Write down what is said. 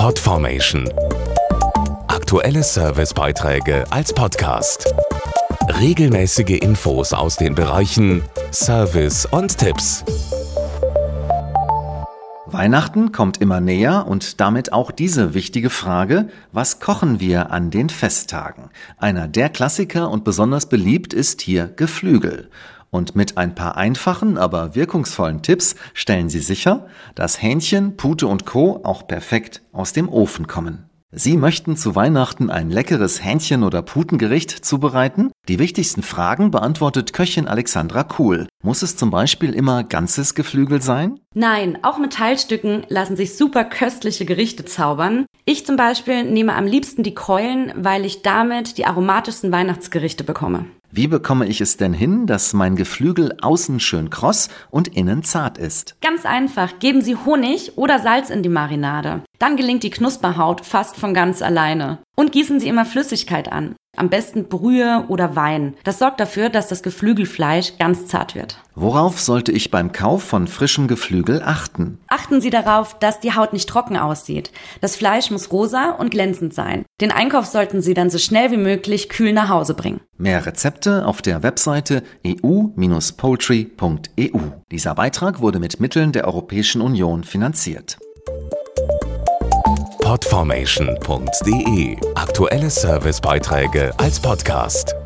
Podformation. Aktuelle Servicebeiträge als Podcast. Regelmäßige Infos aus den Bereichen Service und Tipps. Weihnachten kommt immer näher und damit auch diese wichtige Frage: Was kochen wir an den Festtagen? Einer der Klassiker und besonders beliebt ist hier Geflügel. Und mit ein paar einfachen, aber wirkungsvollen Tipps stellen Sie sicher, dass Hähnchen, Pute und Co. auch perfekt aus dem Ofen kommen. Sie möchten zu Weihnachten ein leckeres Hähnchen- oder Putengericht zubereiten? Die wichtigsten Fragen beantwortet Köchin Alexandra Kuhl. Muss es zum Beispiel immer ganzes Geflügel sein? Nein, auch mit Teilstücken lassen sich super köstliche Gerichte zaubern. Ich zum Beispiel nehme am liebsten die Keulen, weil ich damit die aromatischsten Weihnachtsgerichte bekomme. Wie bekomme ich es denn hin, dass mein Geflügel außen schön kross und innen zart ist? Ganz einfach, geben Sie Honig oder Salz in die Marinade. Dann gelingt die Knusperhaut fast von ganz alleine. Und gießen Sie immer Flüssigkeit an. Am besten Brühe oder Wein. Das sorgt dafür, dass das Geflügelfleisch ganz zart wird. Worauf sollte ich beim Kauf von frischem Geflügel achten? Achten Sie darauf, dass die Haut nicht trocken aussieht. Das Fleisch muss rosa und glänzend sein. Den Einkauf sollten Sie dann so schnell wie möglich kühl nach Hause bringen. Mehr Rezepte auf der Webseite eu-poultry.eu. Dieser Beitrag wurde mit Mitteln der Europäischen Union finanziert. Podformation.de. Aktuelle Servicebeiträge als Podcast.